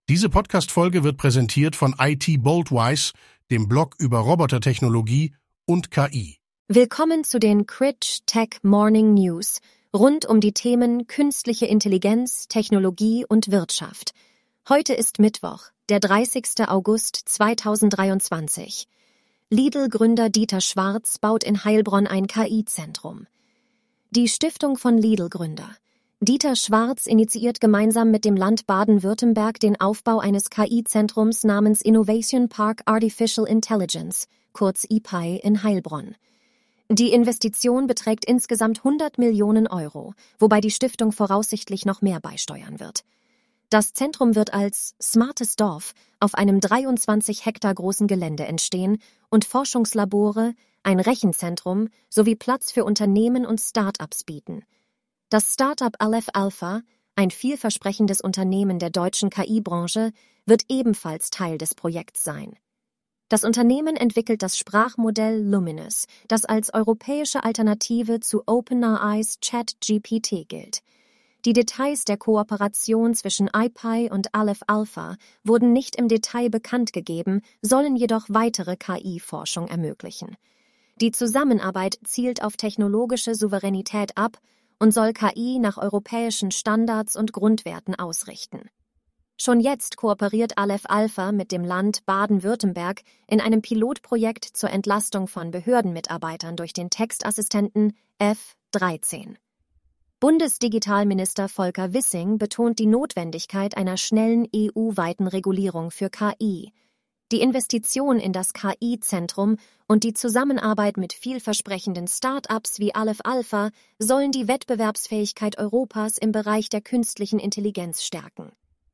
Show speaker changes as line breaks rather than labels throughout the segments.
Diese Podcast-Folge wird präsentiert von IT Boldwise, dem Blog über Robotertechnologie und KI.
Willkommen zu den Critch Tech Morning News rund um die Themen künstliche Intelligenz, Technologie und Wirtschaft. Heute ist Mittwoch, der 30. August 2023. Lidl-Gründer Dieter Schwarz baut in Heilbronn ein KI-Zentrum. Die Stiftung von Lidl-Gründer Dieter Schwarz initiiert gemeinsam mit dem Land Baden-Württemberg den Aufbau eines KI-Zentrums namens Innovation Park Artificial Intelligence, kurz IPAI, in Heilbronn. Die Investition beträgt insgesamt 100 Millionen Euro, wobei die Stiftung voraussichtlich noch mehr beisteuern wird. Das Zentrum wird als smartes Dorf auf einem 23 Hektar großen Gelände entstehen und Forschungslabore, ein Rechenzentrum sowie Platz für Unternehmen und Start-ups bieten. Das Start-up Aleph Alpha, ein vielversprechendes Unternehmen der deutschen KI-Branche, wird ebenfalls Teil des Projekts sein. Das Unternehmen entwickelt das Sprachmodell Luminous, das als europäische Alternative zu OpenAI's ChatGPT gilt. Die Details der Kooperation zwischen IPAI und Aleph Alpha wurden nicht im Detail bekannt gegeben, sollen jedoch weitere KI-Forschung ermöglichen. Die Zusammenarbeit zielt auf technologische Souveränität ab und soll KI nach europäischen Standards und Grundwerten ausrichten. Schon jetzt kooperiert Aleph Alpha mit dem Land Baden-Württemberg in einem Pilotprojekt zur Entlastung von Behördenmitarbeitern durch den Textassistenten F13. Bundesdigitalminister Volker Wissing betont die Notwendigkeit einer schnellen EU-weiten Regulierung für KI. Die Investition in das KI-Zentrum und die Zusammenarbeit mit vielversprechenden Start-ups wie Aleph Alpha sollen die Wettbewerbsfähigkeit Europas im Bereich der künstlichen Intelligenz stärken.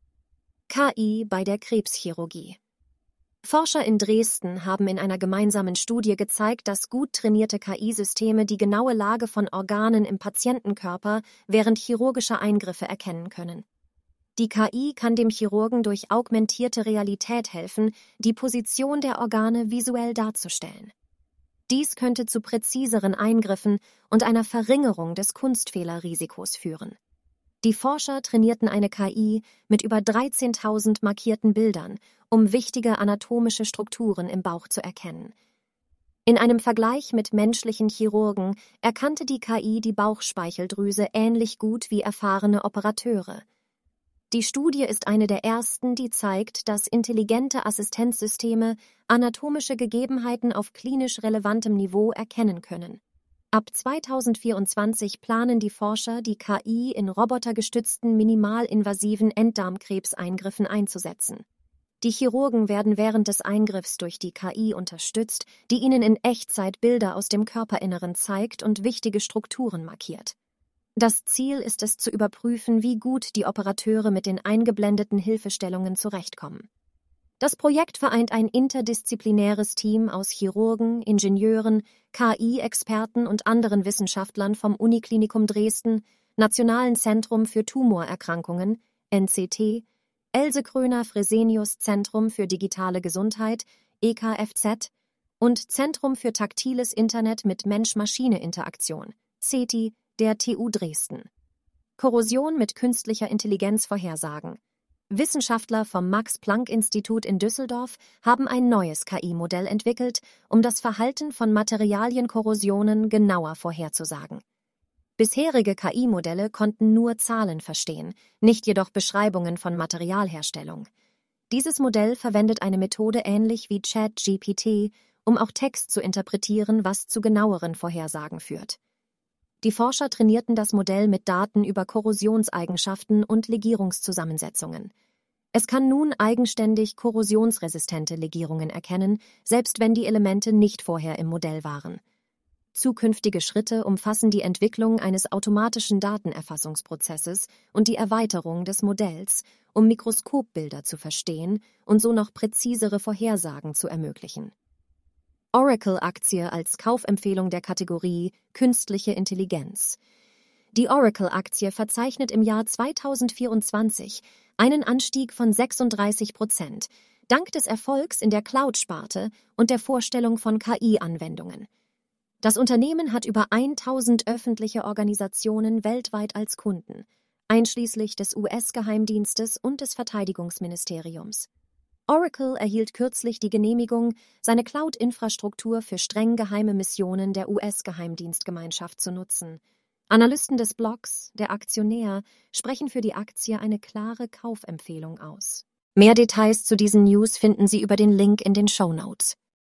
KI bei der Krebschirurgie. Forscher in Dresden haben in einer gemeinsamen Studie gezeigt, dass gut trainierte KI-Systeme die genaue Lage von Organen im Patientenkörper während chirurgischer Eingriffe erkennen können. Die KI kann dem Chirurgen durch augmentierte Realität helfen, die Position der Organe visuell darzustellen. Dies könnte zu präziseren Eingriffen und einer Verringerung des Kunstfehlerrisikos führen. Die Forscher trainierten eine KI mit über 13.000 markierten Bildern, um wichtige anatomische Strukturen im Bauch zu erkennen. In einem Vergleich mit menschlichen Chirurgen erkannte die KI die Bauchspeicheldrüse ähnlich gut wie erfahrene Operateure. Die Studie ist eine der ersten, die zeigt, dass intelligente Assistenzsysteme anatomische Gegebenheiten auf klinisch relevantem Niveau erkennen können. Ab 2024 planen die Forscher, die KI in robotergestützten minimalinvasiven Enddarmkrebseingriffen einzusetzen. Die Chirurgen werden während des Eingriffs durch die KI unterstützt, die ihnen in Echtzeit Bilder aus dem Körperinneren zeigt und wichtige Strukturen markiert. Das Ziel ist es zu überprüfen, wie gut die Operateure mit den eingeblendeten Hilfestellungen zurechtkommen. Das Projekt vereint ein interdisziplinäres Team aus Chirurgen, Ingenieuren, KI-Experten und anderen Wissenschaftlern vom Uniklinikum Dresden, Nationalen Zentrum für Tumorerkrankungen, NCT, Else Kröner-Fresenius Zentrum für digitale Gesundheit, EKFZ, und Zentrum für taktiles Internet mit Mensch-Maschine-Interaktion, CETI, der TU Dresden. Korrosion mit künstlicher Intelligenz vorhersagen. Wissenschaftler vom Max-Planck-Institut in Düsseldorf haben ein neues KI-Modell entwickelt, um das Verhalten von Materialienkorrosionen genauer vorherzusagen. Bisherige KI-Modelle konnten nur Zahlen verstehen, nicht jedoch Beschreibungen von Materialherstellung. Dieses Modell verwendet eine Methode ähnlich wie ChatGPT, um auch Text zu interpretieren, was zu genaueren Vorhersagen führt. Die Forscher trainierten das Modell mit Daten über Korrosionseigenschaften und Legierungszusammensetzungen. Es kann nun eigenständig korrosionsresistente Legierungen erkennen, selbst wenn die Elemente nicht vorher im Modell waren. Zukünftige Schritte umfassen die Entwicklung eines automatischen Datenerfassungsprozesses und die Erweiterung des Modells, um Mikroskopbilder zu verstehen und so noch präzisere Vorhersagen zu ermöglichen. Oracle-Aktie als Kaufempfehlung der Kategorie Künstliche Intelligenz. Die Oracle-Aktie verzeichnet im Jahr 2024 einen Anstieg von 36%, dank des Erfolgs in der Cloud-Sparte und der Vorstellung von KI-Anwendungen. Das Unternehmen hat über 1000 öffentliche Organisationen weltweit als Kunden. einschließlich des US-Geheimdienstes und des Verteidigungsministeriums. Oracle erhielt kürzlich die Genehmigung, seine Cloud-Infrastruktur für streng geheime Missionen der US-Geheimdienstgemeinschaft zu nutzen. Analysten des Blocks, der Aktionär, sprechen für die Aktie eine klare Kaufempfehlung aus. Mehr Details zu diesen News finden Sie über den Link in den Shownotes.